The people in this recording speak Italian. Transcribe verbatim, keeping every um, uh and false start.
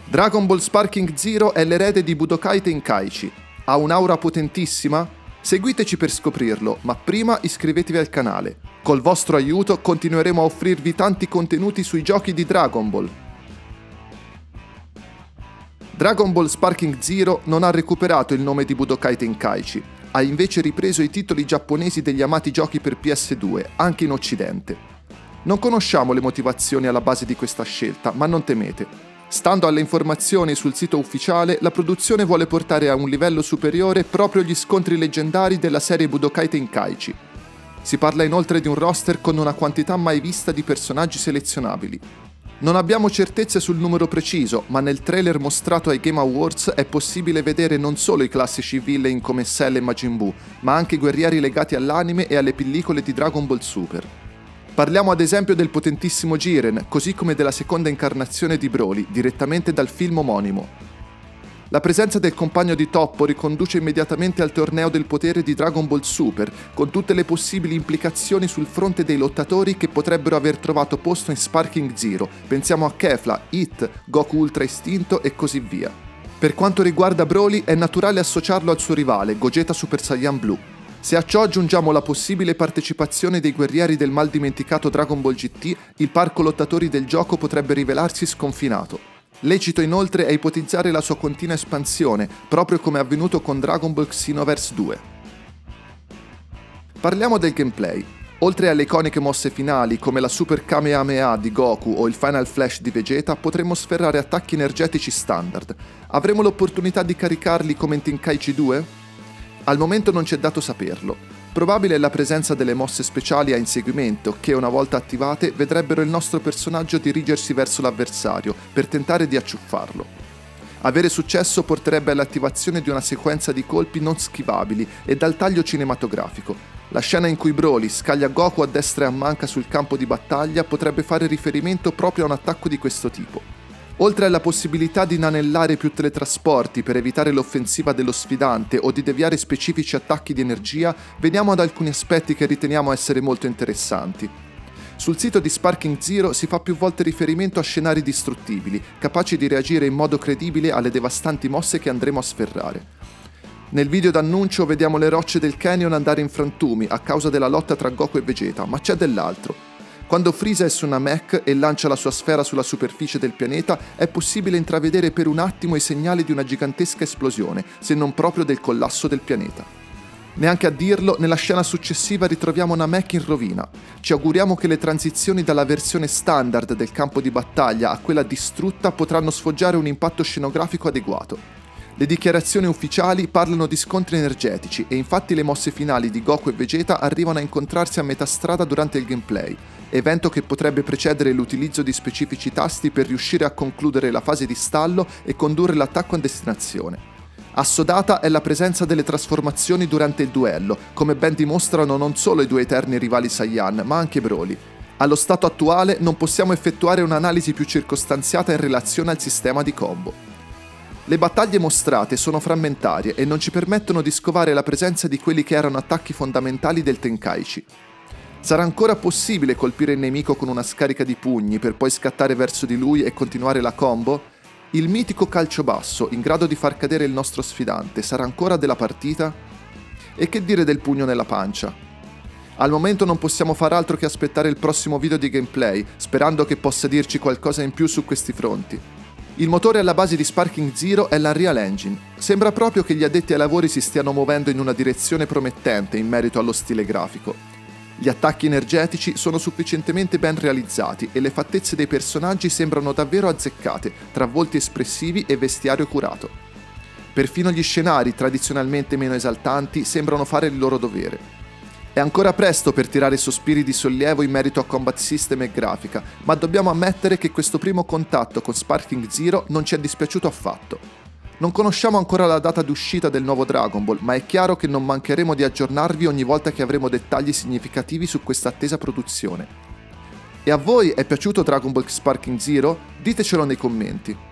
Dragon Ball Sparking Zero è l'erede di Budokai Tenkaichi. Ha un'aura potentissima? Seguiteci per scoprirlo, ma prima iscrivetevi al canale. Col vostro aiuto continueremo a offrirvi tanti contenuti sui giochi di Dragon Ball. Dragon Ball Sparking Zero non ha recuperato il nome di Budokai Tenkaichi, ha invece ripreso i titoli giapponesi degli amati giochi per P S due, anche in Occidente. Non conosciamo le motivazioni alla base di questa scelta, ma non temete. Stando alle informazioni sul sito ufficiale, la produzione vuole portare a un livello superiore proprio gli scontri leggendari della serie Budokai Tenkaichi. Si parla inoltre di un roster con una quantità mai vista di personaggi selezionabili. Non abbiamo certezze sul numero preciso, ma nel trailer mostrato ai Game Awards è possibile vedere non solo i classici villain come Cell e Majin Buu, ma anche guerrieri legati all'anime e alle pellicole di Dragon Ball Super. Parliamo ad esempio del potentissimo Jiren, così come della seconda incarnazione di Broly, direttamente dal film omonimo. La presenza del compagno di Toppo riconduce immediatamente al torneo del potere di Dragon Ball Super, con tutte le possibili implicazioni sul fronte dei lottatori che potrebbero aver trovato posto in Sparking Zero. Pensiamo a Kefla, Hit, Goku Ultra Istinto e così via. Per quanto riguarda Broly, è naturale associarlo al suo rivale, Gogeta Super Saiyan Blue. Se a ciò aggiungiamo la possibile partecipazione dei guerrieri del mal dimenticato Dragon Ball G T, il parco lottatori del gioco potrebbe rivelarsi sconfinato. Lecito inoltre è ipotizzare la sua continua espansione, proprio come è avvenuto con Dragon Ball Xenoverse due. Parliamo del gameplay. Oltre alle iconiche mosse finali come la Super Kamehameha di Goku o il Final Flash di Vegeta, potremmo sferrare attacchi energetici standard. Avremo l'opportunità di caricarli come in Tenkaichi due? Al momento non c'è dato saperlo. Probabile è la presenza delle mosse speciali a inseguimento che, una volta attivate, vedrebbero il nostro personaggio dirigersi verso l'avversario per tentare di acciuffarlo. Avere successo porterebbe all'attivazione di una sequenza di colpi non schivabili e dal taglio cinematografico. La scena in cui Broly scaglia Goku a destra e a manca sul campo di battaglia potrebbe fare riferimento proprio a un attacco di questo tipo. Oltre alla possibilità di inanellare più teletrasporti per evitare l'offensiva dello sfidante o di deviare specifici attacchi di energia, veniamo ad alcuni aspetti che riteniamo essere molto interessanti. Sul sito di Sparking Zero si fa più volte riferimento a scenari distruttibili, capaci di reagire in modo credibile alle devastanti mosse che andremo a sferrare. Nel video d'annuncio vediamo le rocce del canyon andare in frantumi a causa della lotta tra Goku e Vegeta, ma c'è dell'altro. Quando Frieza è su una mech e lancia la sua sfera sulla superficie del pianeta, è possibile intravedere per un attimo i segnali di una gigantesca esplosione, se non proprio del collasso del pianeta. Neanche a dirlo, nella scena successiva ritroviamo una mech in rovina. Ci auguriamo che le transizioni dalla versione standard del campo di battaglia a quella distrutta potranno sfoggiare un impatto scenografico adeguato. Le dichiarazioni ufficiali parlano di scontri energetici e infatti le mosse finali di Goku e Vegeta arrivano a incontrarsi a metà strada durante il gameplay, evento che potrebbe precedere l'utilizzo di specifici tasti per riuscire a concludere la fase di stallo e condurre l'attacco a destinazione. Assodata è la presenza delle trasformazioni durante il duello, come ben dimostrano non solo i due eterni rivali Saiyan, ma anche Broly. Allo stato attuale non possiamo effettuare un'analisi più circostanziata in relazione al sistema di combo. Le battaglie mostrate sono frammentarie e non ci permettono di scovare la presenza di quelli che erano attacchi fondamentali del Tenkaichi. Sarà ancora possibile colpire il nemico con una scarica di pugni per poi scattare verso di lui e continuare la combo? Il mitico calcio basso, in grado di far cadere il nostro sfidante, sarà ancora della partita? E che dire del pugno nella pancia? Al momento non possiamo far altro che aspettare il prossimo video di gameplay, sperando che possa dirci qualcosa in più su questi fronti. Il motore alla base di Sparking Zero è l'Unreal Engine. Sembra proprio che gli addetti ai lavori si stiano muovendo in una direzione promettente in merito allo stile grafico. Gli attacchi energetici sono sufficientemente ben realizzati e le fattezze dei personaggi sembrano davvero azzeccate, tra volti espressivi e vestiario curato. Perfino gli scenari, tradizionalmente meno esaltanti, sembrano fare il loro dovere. È ancora presto per tirare sospiri di sollievo in merito a combat system e grafica, ma dobbiamo ammettere che questo primo contatto con Sparking Zero non ci è dispiaciuto affatto. Non conosciamo ancora la data d'uscita del nuovo Dragon Ball, ma è chiaro che non mancheremo di aggiornarvi ogni volta che avremo dettagli significativi su questa attesa produzione. E a voi è piaciuto Dragon Ball Sparking Zero? Ditecelo nei commenti.